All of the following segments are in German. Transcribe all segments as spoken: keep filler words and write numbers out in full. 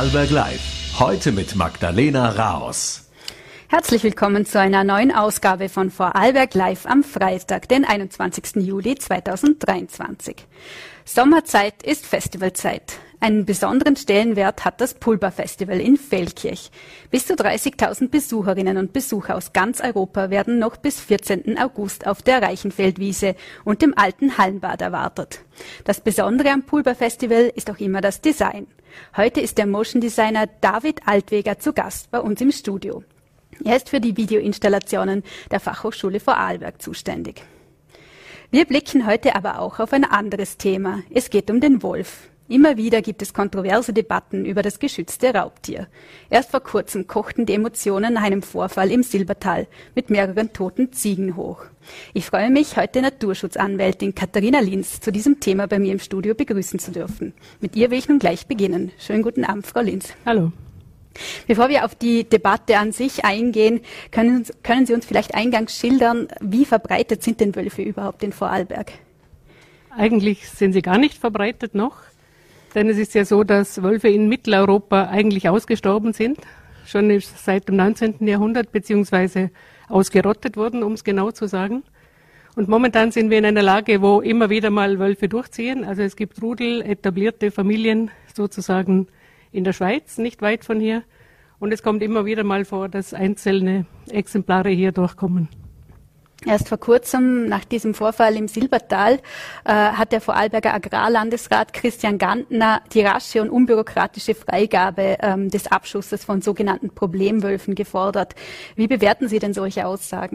Vorarlberg Live. Heute mit Magdalena Raos. Herzlich willkommen zu einer neuen Ausgabe von Vorarlberg Live am Freitag, den einundzwanzigsten Juli zweitausenddreiundzwanzig. Sommerzeit ist Festivalzeit. Einen besonderen Stellenwert hat das Pulberfestival in Feldkirch. Bis zu dreißigtausend Besucherinnen und Besucher aus ganz Europa werden noch bis vierzehnten August auf der Reichenfeldwiese und dem alten Hallenbad erwartet. Das Besondere am Pulberfestival ist auch immer das Design. Heute ist der Motion Designer David Altweger zu Gast bei uns im Studio. Er ist für die Videoinstallationen der Fachhochschule Vorarlberg zuständig. Wir blicken heute aber auch auf ein anderes Thema. Es geht um den Wolf. Immer wieder gibt es kontroverse Debatten über das geschützte Raubtier. Erst vor kurzem kochten die Emotionen nach einem Vorfall im Silbertal mit mehreren toten Ziegen hoch. Ich freue mich, heute Naturschutzanwältin Katharina Linz zu diesem Thema bei mir im Studio begrüßen zu dürfen. Mit ihr will ich nun gleich beginnen. Schönen guten Abend, Frau Linz. Hallo. Bevor wir auf die Debatte an sich eingehen, können, können Sie uns vielleicht eingangs schildern, wie verbreitet sind denn Wölfe überhaupt in Vorarlberg? Eigentlich sind sie gar nicht verbreitet noch. Denn es ist ja so, dass Wölfe in Mitteleuropa eigentlich ausgestorben sind, schon seit dem neunzehnten Jahrhundert, beziehungsweise ausgerottet wurden, um es genau zu sagen. Und momentan sind wir in einer Lage, wo immer wieder mal Wölfe durchziehen. Also es gibt Rudel, etablierte Familien sozusagen in der Schweiz, nicht weit von hier. Und es kommt immer wieder mal vor, dass einzelne Exemplare hier durchkommen. Erst vor kurzem, nach diesem Vorfall im Silbertal, äh, hat der Vorarlberger Agrarlandesrat Christian Gantner die rasche und unbürokratische Freigabe ähm, des Abschusses von sogenannten Problemwölfen gefordert. Wie bewerten Sie denn solche Aussagen?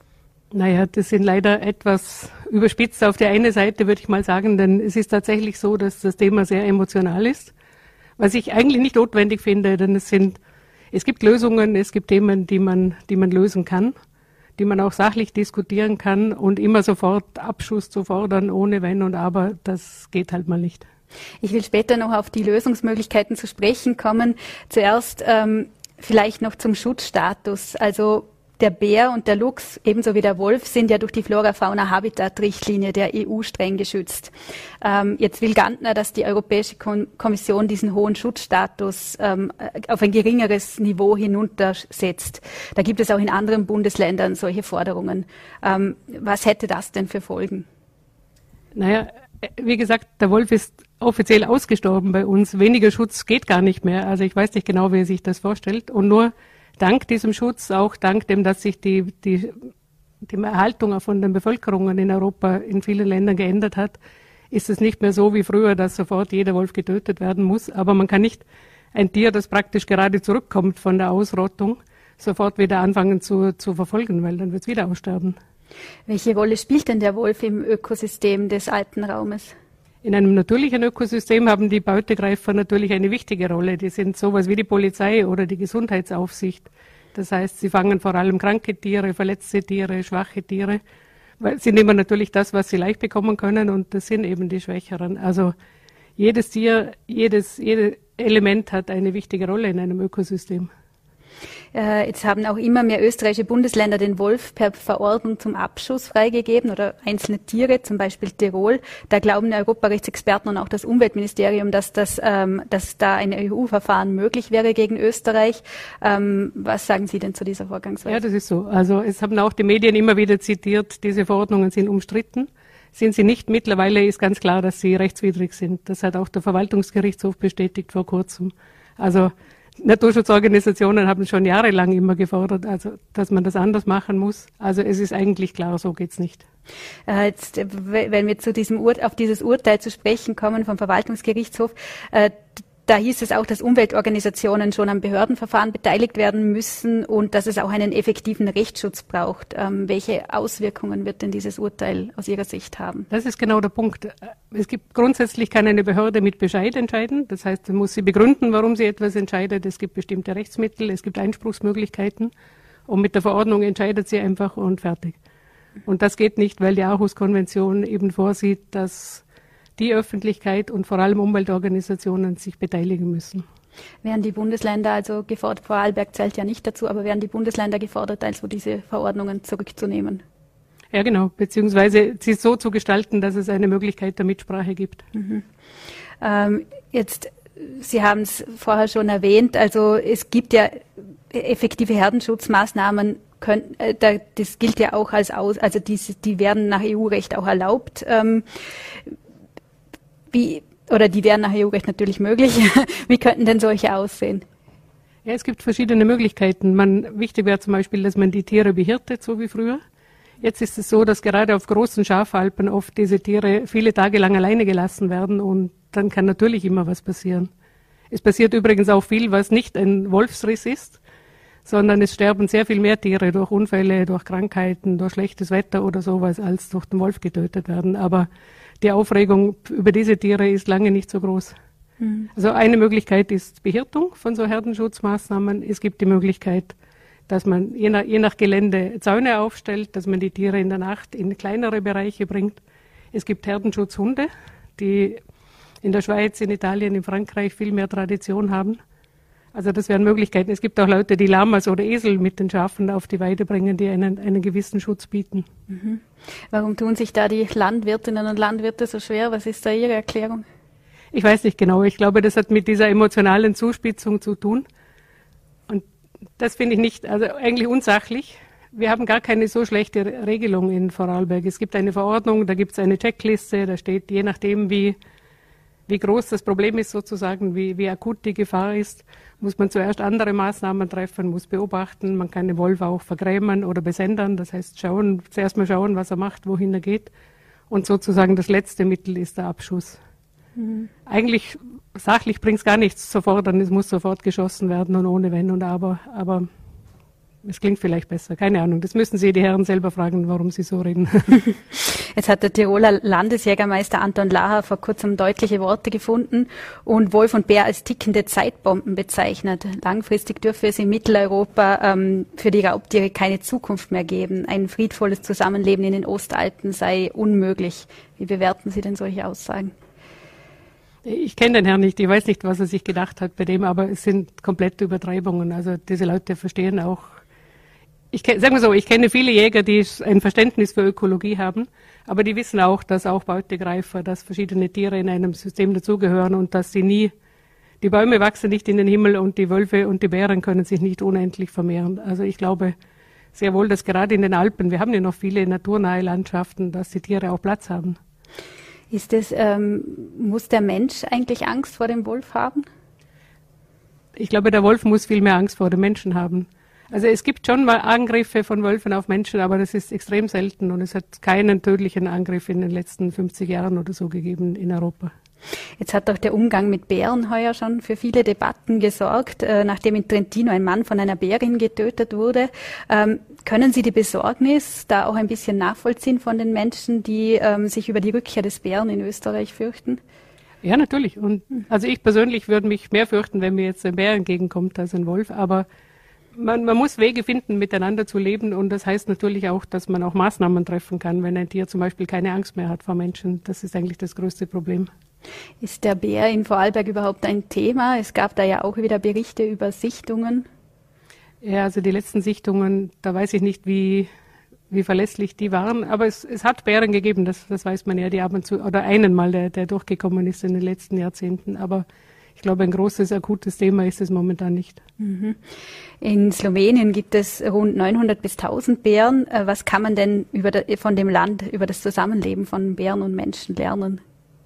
Naja, das sind leider etwas überspitzt auf der einen Seite, würde ich mal sagen, denn es ist tatsächlich so, dass das Thema sehr emotional ist, was ich eigentlich nicht notwendig finde, denn es sind, es gibt Lösungen, es gibt Themen, die man, die man lösen kann, die man auch sachlich diskutieren kann, und immer sofort Abschuss zu fordern, ohne Wenn und Aber, das geht halt mal nicht. Ich will später noch auf die Lösungsmöglichkeiten zu sprechen kommen. Zuerst ähm, vielleicht noch zum Schutzstatus. Also der Bär und der Luchs, ebenso wie der Wolf, sind ja durch die Flora-Fauna-Habitat-Richtlinie der E U streng geschützt. Ähm, jetzt will Gantner, dass die Europäische Kom- Kommission diesen hohen Schutzstatus ähm, auf ein geringeres Niveau hinuntersetzt. Da gibt es auch in anderen Bundesländern solche Forderungen. Ähm, was hätte das denn für Folgen? Naja, wie gesagt, der Wolf ist offiziell ausgestorben bei uns. Weniger Schutz geht gar nicht mehr. Also ich weiß nicht genau, wie er sich das vorstellt. Und nur dank diesem Schutz, auch dank dem, dass sich die, die, die Erhaltung von den Bevölkerungen in Europa in vielen Ländern geändert hat, ist es nicht mehr so wie früher, dass sofort jeder Wolf getötet werden muss. Aber man kann nicht ein Tier, das praktisch gerade zurückkommt von der Ausrottung, sofort wieder anfangen zu, zu verfolgen, weil dann wird es wieder aussterben. Welche Rolle spielt denn der Wolf im Ökosystem des Alpenraumes? In einem natürlichen Ökosystem haben die Beutegreifer natürlich eine wichtige Rolle. Die sind sowas wie die Polizei oder die Gesundheitsaufsicht. Das heißt, sie fangen vor allem kranke Tiere, verletzte Tiere, schwache Tiere. Weil sie nehmen natürlich das, was sie leicht bekommen können, und das sind eben die Schwächeren. Also jedes Tier, jedes, jedes Element hat eine wichtige Rolle in einem Ökosystem. Äh, jetzt haben auch immer mehr österreichische Bundesländer den Wolf per Verordnung zum Abschuss freigegeben oder einzelne Tiere, zum Beispiel Tirol. Da glauben Europarechtsexperten und auch das Umweltministerium, dass, das, ähm, dass da ein E U-Verfahren möglich wäre gegen Österreich. Ähm, was sagen Sie denn zu dieser Vorgangsweise? Ja, das ist so. Also es haben auch die Medien immer wieder zitiert, diese Verordnungen sind umstritten. Sind sie nicht. Mittlerweile ist ganz klar, dass sie rechtswidrig sind. Das hat auch der Verwaltungsgerichtshof bestätigt vor kurzem. Also Naturschutzorganisationen haben schon jahrelang immer gefordert, also dass man das anders machen muss. Also es ist eigentlich klar, so geht's nicht. Äh, jetzt, wenn wir zu diesem Ur- auf dieses Urteil zu sprechen kommen vom Verwaltungsgerichtshof, äh, da hieß es auch, dass Umweltorganisationen schon am Behördenverfahren beteiligt werden müssen und dass es auch einen effektiven Rechtsschutz braucht. Ähm, welche Auswirkungen wird denn dieses Urteil aus Ihrer Sicht haben? Das ist genau der Punkt. Es gibt grundsätzlich kann eine Behörde mit Bescheid entscheiden. Das heißt, man muss sie begründen, warum sie etwas entscheidet. Es gibt bestimmte Rechtsmittel, es gibt Einspruchsmöglichkeiten. Und mit der Verordnung entscheidet sie einfach und fertig. Und das geht nicht, weil die Aarhus-Konvention eben vorsieht, dass die Öffentlichkeit und vor allem Umweltorganisationen sich beteiligen müssen. Wären die Bundesländer also gefordert, Vorarlberg zählt ja nicht dazu, aber wären die Bundesländer gefordert, also diese Verordnungen zurückzunehmen? Ja, genau, beziehungsweise sie so zu gestalten, dass es eine Möglichkeit der Mitsprache gibt. Mhm. Ähm, jetzt Sie haben es vorher schon erwähnt, also es gibt ja effektive Herdenschutzmaßnahmen, können, äh, da, das gilt ja auch als aus, also diese, die werden nach E U-Recht auch erlaubt. Ähm, wie, oder die wären nach E U-Recht natürlich möglich. Wie könnten denn solche aussehen? Ja, es gibt verschiedene Möglichkeiten. Man, wichtig wäre zum Beispiel, dass man die Tiere behirtet, so wie früher. Jetzt ist es so, dass gerade auf großen Schafalpen oft diese Tiere viele Tage lang alleine gelassen werden und dann kann natürlich immer was passieren. Es passiert übrigens auch viel, was nicht ein Wolfsriss ist, sondern es sterben sehr viel mehr Tiere durch Unfälle, durch Krankheiten, durch schlechtes Wetter oder sowas, als durch den Wolf getötet werden. Aber die Aufregung über diese Tiere ist lange nicht so groß. Mhm. Also eine Möglichkeit ist Behirtung von so Herdenschutzmaßnahmen. Es gibt die Möglichkeit, dass man je nach, je nach Gelände Zäune aufstellt, dass man die Tiere in der Nacht in kleinere Bereiche bringt. Es gibt Herdenschutzhunde, die in der Schweiz, in Italien, in Frankreich viel mehr Tradition haben. Also das wären Möglichkeiten. Es gibt auch Leute, die Lamas oder Esel mit den Schafen auf die Weide bringen, die einen, einen gewissen Schutz bieten. Mhm. Warum tun sich da die Landwirtinnen und Landwirte so schwer? Was ist da Ihre Erklärung? Ich weiß nicht genau. Ich glaube, das hat mit dieser emotionalen Zuspitzung zu tun. Und das finde ich nicht, also eigentlich unsachlich. Wir haben gar keine so schlechte Regelung in Vorarlberg. Es gibt eine Verordnung, da gibt es eine Checkliste, da steht, je nachdem, wie, wie groß das Problem ist sozusagen, wie, wie akut die Gefahr ist, muss man zuerst andere Maßnahmen treffen, muss beobachten, man kann den Wolf auch vergrämen oder besendern, das heißt schauen, zuerst mal schauen, was er macht, wohin er geht. Und sozusagen das letzte Mittel ist der Abschuss. Mhm. Eigentlich sachlich bringt es gar nichts zu fordern, es muss sofort geschossen werden und ohne Wenn und Aber, aber es klingt vielleicht besser, keine Ahnung. Das müssen Sie die Herren selber fragen, warum Sie so reden. Jetzt hat der Tiroler Landesjägermeister Anton Laher vor kurzem deutliche Worte gefunden und Wolf und Bär als tickende Zeitbomben bezeichnet. Langfristig dürfe es in Mitteleuropa ähm, für die Raubtiere keine Zukunft mehr geben. Ein friedvolles Zusammenleben in den Ostalpen sei unmöglich. Wie bewerten Sie denn solche Aussagen? Ich kenne den Herrn nicht, ich weiß nicht, was er sich gedacht hat bei dem, aber es sind komplette Übertreibungen. Also diese Leute verstehen auch, ich sagen wir so, ich kenne viele Jäger, die ein Verständnis für Ökologie haben, aber die wissen auch, dass auch Beutegreifer, dass verschiedene Tiere in einem System dazugehören und dass sie nie, die Bäume wachsen nicht in den Himmel und die Wölfe und die Bären können sich nicht unendlich vermehren. Also ich glaube sehr wohl, dass gerade in den Alpen, wir haben ja noch viele naturnahe Landschaften, dass die Tiere auch Platz haben. Ist es, ähm, muss der Mensch eigentlich Angst vor dem Wolf haben? Ich glaube, der Wolf muss viel mehr Angst vor dem Menschen haben. Also es gibt schon mal Angriffe von Wölfen auf Menschen, aber das ist extrem selten und es hat keinen tödlichen Angriff in den letzten fünfzig Jahren oder so gegeben in Europa. Jetzt hat doch der Umgang mit Bären heuer schon für viele Debatten gesorgt, äh, nachdem in Trentino ein Mann von einer Bärin getötet wurde. Ähm, können Sie die Besorgnis da auch ein bisschen nachvollziehen von den Menschen, die ähm, sich über die Rückkehr des Bären in Österreich fürchten? Ja, natürlich. Und also ich persönlich würde mich mehr fürchten, wenn mir jetzt ein Bär entgegenkommt als ein Wolf, aber Man, man muss Wege finden, miteinander zu leben und das heißt natürlich auch, dass man auch Maßnahmen treffen kann, wenn ein Tier zum Beispiel keine Angst mehr hat vor Menschen. Das ist eigentlich das größte Problem. Ist der Bär in Vorarlberg überhaupt ein Thema? Es gab da ja auch wieder Berichte über Sichtungen. Ja, also die letzten Sichtungen, da weiß ich nicht, wie, wie verlässlich die waren, aber es, es hat Bären gegeben, das, das weiß man ja, die ab und zu, oder einen mal, der, der durchgekommen ist in den letzten Jahrzehnten, aber ich glaube, ein großes, akutes Thema ist es momentan nicht. In Slowenien gibt es rund neunhundert bis tausend Bären. Was kann man denn über der, von dem Land, über das Zusammenleben von Bären und Menschen lernen?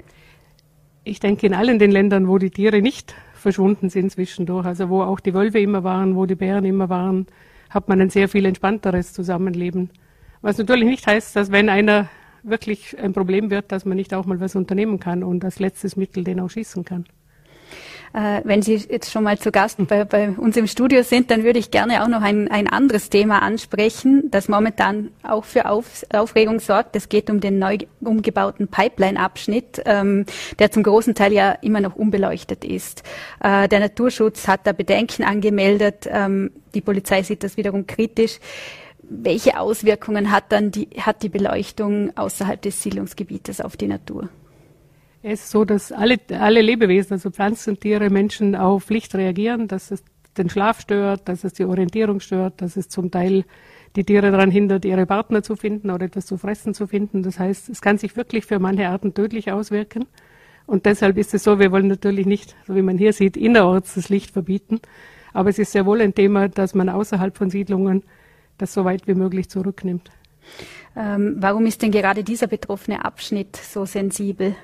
Ich denke, in allen den Ländern, wo die Tiere nicht verschwunden sind zwischendurch, also wo auch die Wölfe immer waren, wo die Bären immer waren, hat man ein sehr viel entspannteres Zusammenleben. Was natürlich nicht heißt, dass wenn einer wirklich ein Problem wird, dass man nicht auch mal was unternehmen kann und als letztes Mittel den auch schießen kann. Wenn Sie jetzt schon mal zu Gast bei, bei uns im Studio sind, dann würde ich gerne auch noch ein, ein anderes Thema ansprechen, das momentan auch für Auf, Aufregung sorgt. Es geht um den neu umgebauten Pipeline-Abschnitt, ähm, der zum großen Teil ja immer noch unbeleuchtet ist. Äh, der Naturschutz hat da Bedenken angemeldet. Ähm, die Polizei sieht das wiederum kritisch. Welche Auswirkungen hat dann die, hat die Beleuchtung außerhalb des Siedlungsgebietes auf die Natur? Es ist so, dass alle, alle Lebewesen, also Pflanzen, Tiere, Menschen auf Licht reagieren, dass es den Schlaf stört, dass es die Orientierung stört, dass es zum Teil die Tiere daran hindert, ihre Partner zu finden oder etwas zu fressen zu finden. Das heißt, es kann sich wirklich für manche Arten tödlich auswirken. Und deshalb ist es so, wir wollen natürlich nicht, so wie man hier sieht, innerorts das Licht verbieten. Aber es ist sehr wohl ein Thema, dass man außerhalb von Siedlungen das so weit wie möglich zurücknimmt. Ähm, warum ist denn gerade dieser betroffene Abschnitt so sensibel?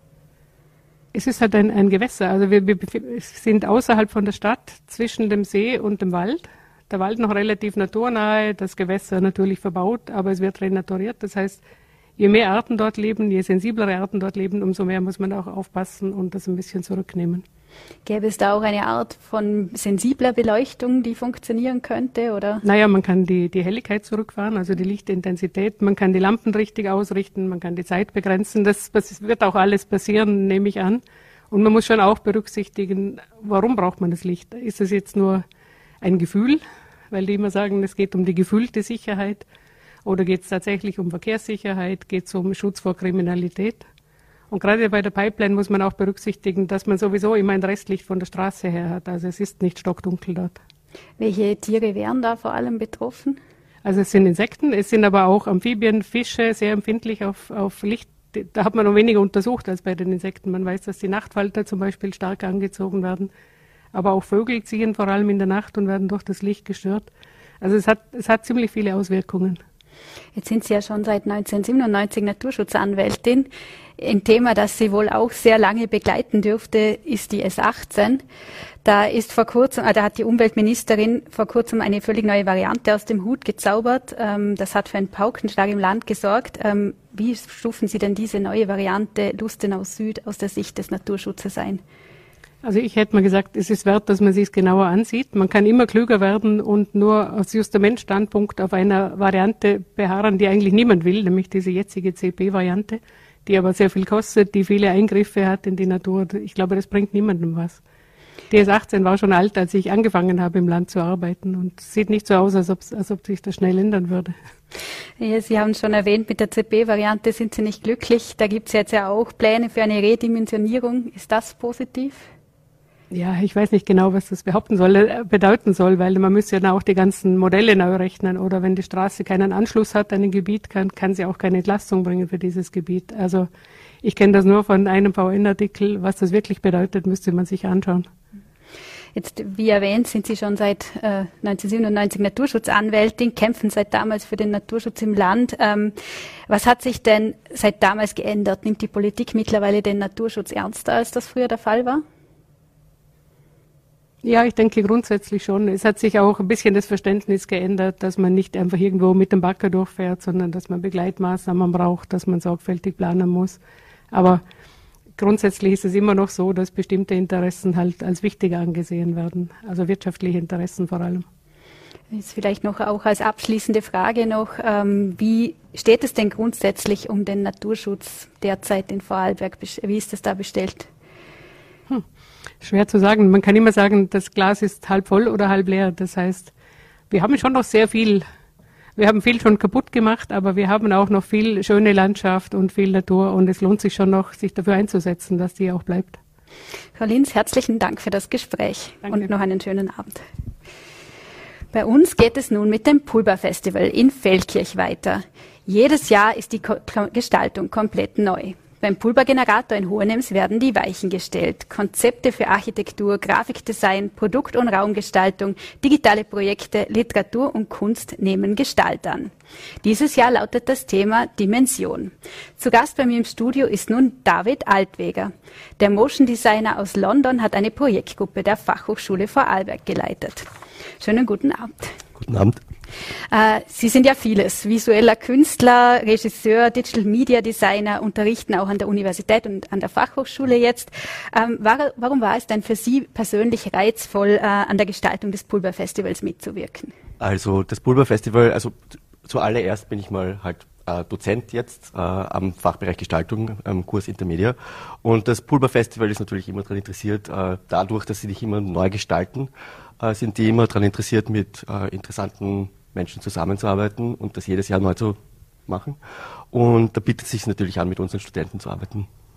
Es ist halt ein, ein Gewässer. Also wir, wir sind außerhalb von der Stadt, zwischen dem See und dem Wald. Der Wald noch relativ naturnahe, das Gewässer natürlich verbaut, aber es wird renaturiert. Das heißt, je mehr Arten dort leben, je sensiblere Arten dort leben, umso mehr muss man auch aufpassen und das ein bisschen zurücknehmen. Gäbe es da auch eine Art von sensibler Beleuchtung, die funktionieren könnte, oder? Naja, man kann die, die Helligkeit zurückfahren, also die Lichtintensität. Man kann die Lampen richtig ausrichten, man kann die Zeit begrenzen. Das, das wird auch alles passieren, nehme ich an. Und man muss schon auch berücksichtigen, warum braucht man das Licht? Ist es jetzt nur ein Gefühl, weil die immer sagen, es geht um die gefühlte Sicherheit? Oder geht es tatsächlich um Verkehrssicherheit? Geht es um Schutz vor Kriminalität? Und gerade bei der Pipeline muss man auch berücksichtigen, dass man sowieso immer ein Restlicht von der Straße her hat. Also es ist nicht stockdunkel dort. Welche Tiere wären da vor allem betroffen? Also es sind Insekten, es sind aber auch Amphibien, Fische, sehr empfindlich auf, auf Licht. Da hat man noch weniger untersucht als bei den Insekten. Man weiß, dass die Nachtfalter zum Beispiel stark angezogen werden. Aber auch Vögel ziehen vor allem in der Nacht und werden durch das Licht gestört. Also es hat, es hat ziemlich viele Auswirkungen. Jetzt sind Sie ja schon seit neunzehnhundertsiebenundneunzig Naturschutzanwältin. Ein Thema, das Sie wohl auch sehr lange begleiten dürfte, ist die S achtzehn. Da ist vor kurzem, da hat die Umweltministerin vor kurzem eine völlig neue Variante aus dem Hut gezaubert. Das hat für einen Paukenschlag im Land gesorgt. Wie stufen Sie denn diese neue Variante Lustenau Süd aus der Sicht des Naturschutzes ein? Also ich hätte mal gesagt, es ist wert, dass man sich es genauer ansieht. Man kann immer klüger werden und nur aus Justament-Standpunkt auf einer Variante beharren, die eigentlich niemand will, nämlich diese jetzige C P-Variante, die aber sehr viel kostet, die viele Eingriffe hat in die Natur. Ich glaube, das bringt niemandem was. Die S achtzehn war schon alt, als ich angefangen habe, im Land zu arbeiten und sieht nicht so aus, als ob, als ob sich das schnell ändern würde. Ja, Sie haben schon erwähnt, mit der C P-Variante sind Sie nicht glücklich. Da gibt es jetzt ja auch Pläne für eine Redimensionierung. Ist das positiv? Ja, ich weiß nicht genau, was das behaupten soll, äh, bedeuten soll, weil man müsste ja dann auch die ganzen Modelle neu rechnen. Oder wenn die Straße keinen Anschluss hat an ein Gebiet, kann, kann sie auch keine Entlastung bringen für dieses Gebiet. Also ich kenne das nur von einem V N-Artikel. Was das wirklich bedeutet, müsste man sich anschauen. Jetzt, wie erwähnt, sind Sie schon seit äh, neunzehnhundertsiebenundneunzig Naturschutzanwältin, kämpfen seit damals für den Naturschutz im Land. Ähm, was hat sich denn seit damals geändert? Nimmt die Politik mittlerweile den Naturschutz ernster, als das früher der Fall war? Ja, ich denke grundsätzlich schon. Es hat sich auch ein bisschen das Verständnis geändert, dass man nicht einfach irgendwo mit dem Bagger durchfährt, sondern dass man Begleitmaßnahmen braucht, dass man sorgfältig planen muss. Aber grundsätzlich ist es immer noch so, dass bestimmte Interessen halt als wichtiger angesehen werden, also wirtschaftliche Interessen vor allem. Jetzt vielleicht noch auch als abschließende Frage noch, ähm, wie steht es denn grundsätzlich um den Naturschutz derzeit in Vorarlberg? Wie ist es da bestellt? Hm. Schwer zu sagen. Man kann immer sagen, das Glas ist halb voll oder halb leer. Das heißt, wir haben schon noch sehr viel, wir haben viel schon kaputt gemacht, aber wir haben auch noch viel schöne Landschaft und viel Natur und es lohnt sich schon noch, sich dafür einzusetzen, dass die auch bleibt. Frau Linz, herzlichen Dank für das Gespräch. Danke. Und noch einen schönen Abend. Bei uns geht es nun mit dem Pulver-Festival in Feldkirch weiter. Jedes Jahr ist die Ko- Gestaltung komplett neu. Beim Pulvergenerator in Hohenems werden die Weichen gestellt. Konzepte für Architektur, Grafikdesign, Produkt- und Raumgestaltung, digitale Projekte, Literatur und Kunst nehmen Gestalt an. Dieses Jahr lautet das Thema Dimension. Zu Gast bei mir im Studio ist nun David Altweger. Der Motion Designer aus London hat eine Projektgruppe der Fachhochschule Vorarlberg geleitet. Schönen guten Abend. Guten Abend. Äh, Sie sind ja vieles. Visueller Künstler, Regisseur, Digital Media Designer, unterrichten auch an der Universität und an der Fachhochschule jetzt. Ähm, war, warum war es denn für Sie persönlich reizvoll, äh, an der Gestaltung des Pulverfestivals mitzuwirken? Also das Pulverfestival, also zuallererst bin ich mal halt äh, Dozent jetzt äh, am Fachbereich Gestaltung am Kurs Intermedia. Und das Pulverfestival ist natürlich immer daran interessiert, äh, dadurch, dass sie dich immer neu gestalten, äh, sind die immer daran interessiert, mit äh, interessanten Menschen zusammenzuarbeiten und das jedes Jahr neu zu machen. Und da bietet es sich natürlich an, mit unseren Studenten zu arbeiten.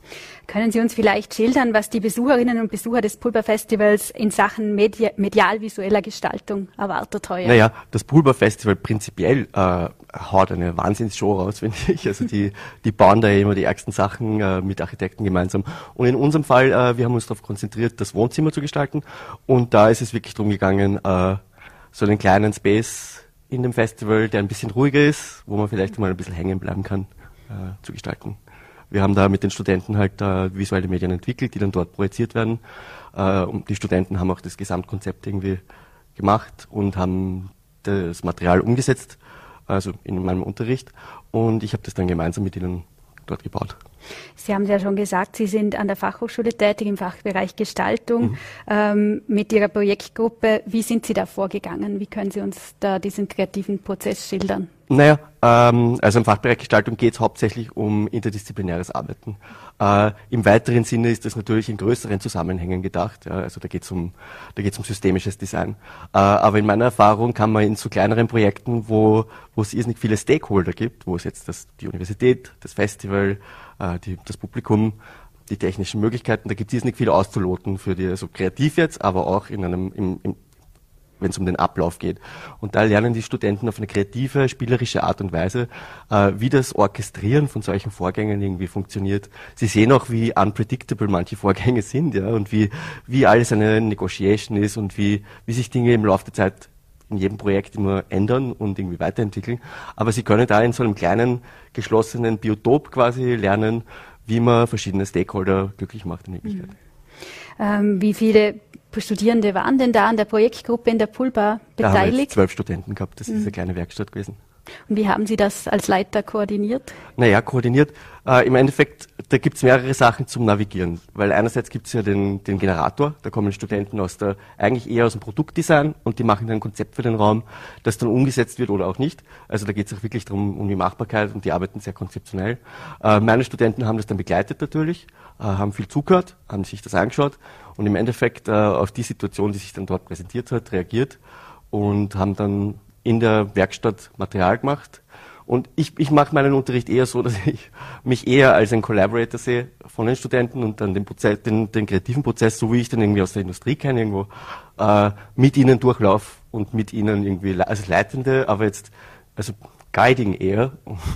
Können Sie uns vielleicht schildern, was die Besucherinnen und Besucher des Pulper-Festivals in Sachen Medi- medial-visueller Gestaltung erwartet heuer? Naja, das Pulper-Festival prinzipiell äh, haut eine Wahnsinnsshow raus, finde ich. Also die, die bauen da immer die ärgsten Sachen äh, mit Architekten gemeinsam. Und in unserem Fall, äh, wir haben uns darauf konzentriert, das Wohnzimmer zu gestalten. Und da ist es wirklich darum gegangen, äh, so einen kleinen Space in dem Festival, der ein bisschen ruhiger ist, wo man vielleicht mal ein bisschen hängen bleiben kann, äh, zu gestalten. Wir haben da mit den Studenten halt äh, visuelle Medien entwickelt, die dann dort projiziert werden. Äh, und die Studenten haben auch das Gesamtkonzept irgendwie gemacht und haben das Material umgesetzt, also in meinem Unterricht. Und ich habe das dann gemeinsam mit ihnen dort gebaut. Sie haben ja schon gesagt, Sie sind an der Fachhochschule tätig im Fachbereich Gestaltung mhm. ähm, mit Ihrer Projektgruppe. Wie sind Sie da vorgegangen? Wie können Sie uns da diesen kreativen Prozess schildern? Naja, ähm, also im Fachbereich Gestaltung geht es hauptsächlich um interdisziplinäres Arbeiten. Äh, Im weiteren Sinne ist das natürlich in größeren Zusammenhängen gedacht. Ja, also da geht es um, da geht's um systemisches Design. Äh, aber in meiner Erfahrung kann man in so kleineren Projekten, wo wo es irrsinnig viele Stakeholder gibt, wo es jetzt das, die Universität, das Festival, äh, die, das Publikum, die technischen Möglichkeiten, da gibt es irrsinnig viel auszuloten für die, also kreativ jetzt, aber auch in einem, im, im wenn es um den Ablauf geht. Und da lernen die Studenten auf eine kreative, spielerische Art und Weise, äh, wie das Orchestrieren von solchen Vorgängen irgendwie funktioniert. Sie sehen auch, wie unpredictable manche Vorgänge sind, ja, und wie, wie alles eine Negotiation ist und wie, wie sich Dinge im Laufe der Zeit in jedem Projekt immer ändern und irgendwie weiterentwickeln. Aber sie können da in so einem kleinen, geschlossenen Biotop quasi lernen, wie man verschiedene Stakeholder glücklich macht in Wirklichkeit. Mhm. Ähm, wie viele Studierende waren denn da an der Projektgruppe in der Pulper beteiligt? Da haben wir jetzt zwölf Studenten gehabt, das ist mhm. eine kleine Werkstatt gewesen. Und wie haben Sie das als Leiter koordiniert? Naja, koordiniert. Äh, Im Endeffekt, da gibt's mehrere Sachen zum Navigieren. Weil einerseits gibt's ja den, den Generator, da kommen Studenten aus der, eigentlich eher aus dem Produktdesign und die machen dann ein Konzept für den Raum, das dann umgesetzt wird oder auch nicht. Also da geht's auch wirklich darum, um die Machbarkeit und die arbeiten sehr konzeptionell. Äh, meine Studenten haben das dann begleitet natürlich, äh, haben viel zugehört, haben sich das angeschaut und im Endeffekt äh, auf die Situation, die sich dann dort präsentiert hat, reagiert und haben dann in der Werkstatt Material gemacht. Und ich, ich mache meinen Unterricht eher so, dass ich mich eher als ein Collaborator sehe von den Studenten und dann den Prozess, den, den kreativen Prozess, so wie ich den irgendwie aus der Industrie kenne, irgendwo, äh, mit ihnen durchlauf und mit ihnen irgendwie, als Leitende, aber jetzt, also Guiding eher.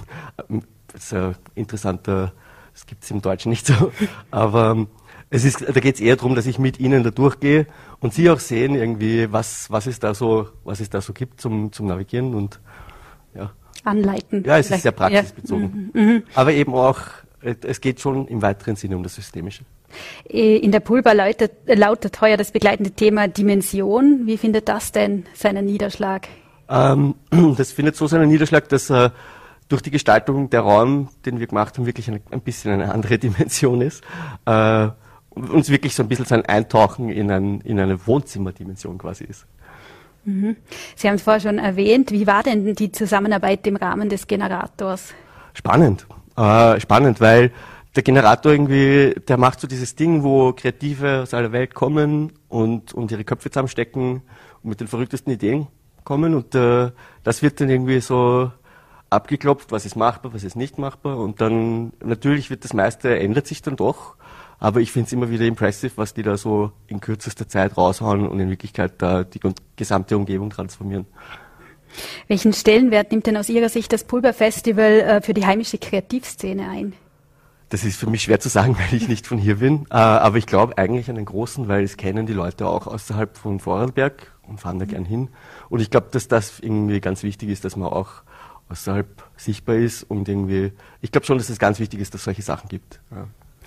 Das ist ein interessanter, das gibt es im Deutschen nicht so, aber es ist, da geht es eher darum, dass ich mit ihnen da durchgehe und sie auch sehen irgendwie, was, was es da so, was es da so gibt zum, zum Navigieren und, ja. Anleiten. Ja, es ist sehr praxisbezogen. Ja. Mhm. Aber eben auch, es geht schon im weiteren Sinne um das Systemische. In der Pulper lautet, lautet heuer das begleitende Thema Dimension. Wie findet das denn seinen Niederschlag? Ähm, das findet so seinen Niederschlag, dass äh, durch die Gestaltung der Raum, den wir gemacht haben, wirklich eine, ein bisschen eine andere Dimension ist. Äh, uns wirklich so ein bisschen so ein Eintauchen in, ein, in eine Wohnzimmerdimension quasi ist. Mhm. Sie haben es vorher schon erwähnt. Wie war denn die Zusammenarbeit im Rahmen des Generators? Spannend. Äh, spannend, weil der Generator irgendwie, der macht so dieses Ding, wo Kreative aus aller Welt kommen und, und ihre Köpfe zusammenstecken und mit den verrücktesten Ideen kommen und äh, das wird dann irgendwie so abgeklopft, was ist machbar, was ist nicht machbar und dann natürlich wird das meiste, ändert sich dann doch. Aber ich finde es immer wieder impressive, was die da so in kürzester Zeit raushauen und in Wirklichkeit da die gesamte Umgebung transformieren. Welchen Stellenwert nimmt denn aus Ihrer Sicht das Pulper Festival äh, für die heimische Kreativszene ein? Das ist für mich schwer zu sagen, weil ich nicht von hier bin. Äh, aber ich glaube eigentlich einen großen, weil es kennen die Leute auch außerhalb von Vorarlberg und fahren da gern hin. Und ich glaube, dass das irgendwie ganz wichtig ist, dass man auch außerhalb sichtbar ist und irgendwie, ich glaube schon, dass es ganz wichtig ist, dass es solche Sachen gibt. Ja.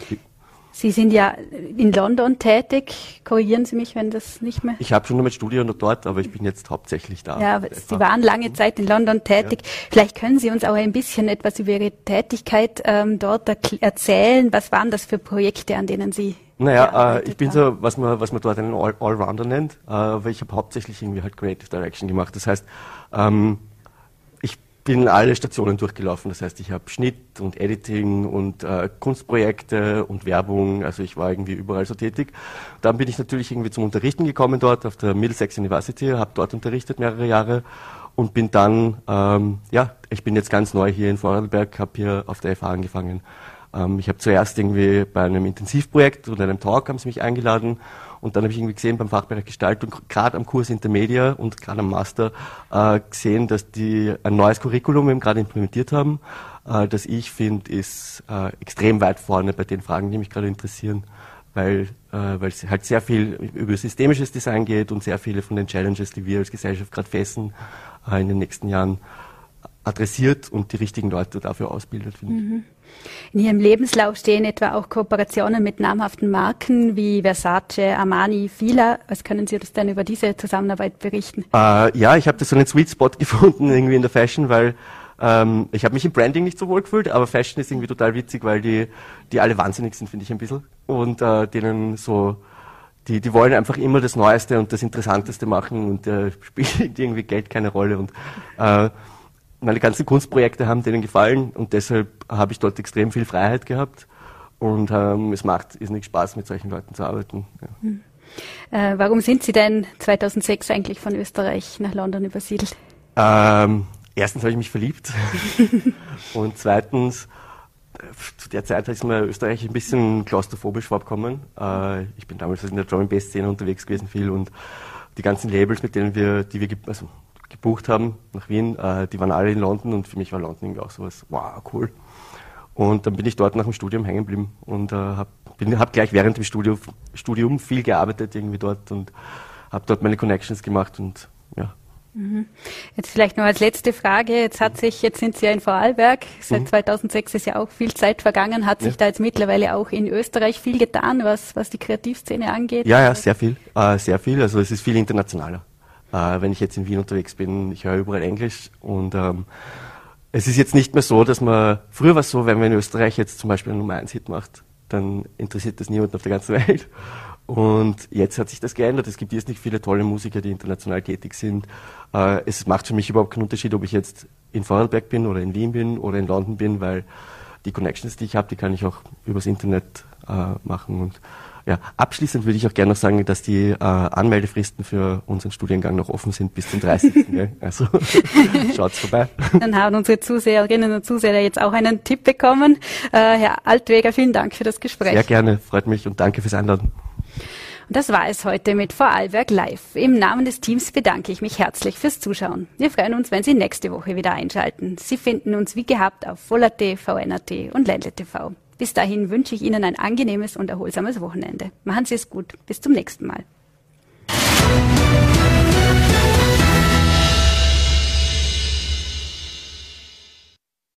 Sie sind ja in London tätig. Korrigieren Sie mich, wenn das nicht mehr... Ich habe schon noch mit Studium noch dort, aber ich bin jetzt hauptsächlich da. Ja, aber Sie waren lange Zeit in London tätig. Ja. Vielleicht können Sie uns auch ein bisschen etwas über Ihre Tätigkeit ähm, dort erzählen. Was waren das für Projekte, an denen Sie... Naja, äh, ich bin so, was man, was man dort einen All- Allrounder nennt, äh, weil ich habe hauptsächlich irgendwie halt Creative Direction gemacht. Das heißt, ähm, bin alle Stationen durchgelaufen, das heißt, ich habe Schnitt und Editing und äh, Kunstprojekte und Werbung, also ich war irgendwie überall so tätig. Dann bin ich natürlich irgendwie zum Unterrichten gekommen dort auf der Middlesex University, habe dort unterrichtet mehrere Jahre und bin dann, ähm, ja, ich bin jetzt ganz neu hier in Vorarlberg, habe hier auf der F H angefangen Ähm, ich habe zuerst irgendwie bei einem Intensivprojekt oder einem Talk haben sie mich eingeladen und dann habe ich irgendwie gesehen beim Fachbereich Gestaltung, gerade am Kurs Intermedia und gerade am Master, äh, gesehen, dass die ein neues Curriculum eben gerade implementiert haben, äh, das ich finde, ist äh, extrem weit vorne bei den Fragen, die mich gerade interessieren, weil äh, weil es halt sehr viel über systemisches Design geht und sehr viele von den Challenges, die wir als Gesellschaft gerade facen, äh, in den nächsten Jahren adressiert und die richtigen Leute dafür ausbildet, finde ich. Mhm. In Ihrem Lebenslauf stehen etwa auch Kooperationen mit namhaften Marken wie Versace, Armani, Fila. Was können Sie uns denn über diese Zusammenarbeit berichten? Äh, ja, ich habe da so einen Sweet Spot gefunden irgendwie in der Fashion, weil ähm, ich habe mich im Branding nicht so wohl gefühlt, aber Fashion ist irgendwie total witzig, weil die die alle wahnsinnig sind, finde ich ein bisschen. Und äh, denen so, die die wollen einfach immer das Neueste und das Interessanteste machen und äh, spielt irgendwie Geld keine Rolle. Und äh, meine ganzen Kunstprojekte haben denen gefallen und deshalb habe ich dort extrem viel Freiheit gehabt und ähm, es macht irrsinnig Spaß, mit solchen Leuten zu arbeiten. Ja. Hm. Äh, warum sind Sie denn zweitausendsechs eigentlich von Österreich nach London übersiedelt? Ähm, erstens habe ich mich verliebt und zweitens, zu der Zeit ist mir Österreich ein bisschen klaustrophobisch vorgekommen. Äh, ich bin damals in der Drum-and-Bass-Szene unterwegs gewesen viel und die ganzen Labels, mit denen wir, die wir, also gebucht haben nach Wien, äh, die waren alle in London und für mich war London irgendwie auch sowas, wow, cool. Und dann bin ich dort nach dem Studium hängen geblieben und äh, habe hab gleich während dem Studium, Studium viel gearbeitet irgendwie dort und habe dort meine Connections gemacht und ja. Mhm. Jetzt vielleicht noch als letzte Frage, jetzt hat sich, jetzt sind Sie ja in Vorarlberg, seit mhm. zweitausendsechs ist ja auch viel Zeit vergangen, hat sich ja. da jetzt mittlerweile auch in Österreich viel getan, was, was die Kreativszene angeht? Ja, ja, sehr viel, äh, sehr viel, also es ist viel internationaler. Uh, wenn ich jetzt in Wien unterwegs bin, ich höre überall Englisch und ähm, es ist jetzt nicht mehr so, dass man, früher war es so, wenn man in Österreich jetzt zum Beispiel einen Nummer eins Hit macht, dann interessiert das niemanden auf der ganzen Welt und jetzt hat sich das geändert, es gibt jetzt nicht viele tolle Musiker, die international tätig sind. Uh, es macht für mich überhaupt keinen Unterschied, ob ich jetzt in Vorarlberg bin oder in Wien bin oder in London bin, weil die Connections, die ich habe, die kann ich auch übers Internet uh, machen und ja, abschließend würde ich auch gerne noch sagen, dass die äh, Anmeldefristen für unseren Studiengang noch offen sind bis zum dreißigsten Also schaut's vorbei. Dann haben unsere Zuseherinnen und Zuseher jetzt auch einen Tipp bekommen. Äh, Herr Altweger, vielen Dank für das Gespräch. Sehr gerne, freut mich und danke fürs Einladen. Und das war es heute mit Vorarlberg Live. Im Namen des Teams bedanke ich mich herzlich fürs Zuschauen. Wir freuen uns, wenn Sie nächste Woche wieder einschalten. Sie finden uns wie gehabt auf voll punkt at, V N A T und Ländle Punkt T V. Bis dahin wünsche ich Ihnen ein angenehmes und erholsames Wochenende. Machen Sie es gut. Bis zum nächsten Mal.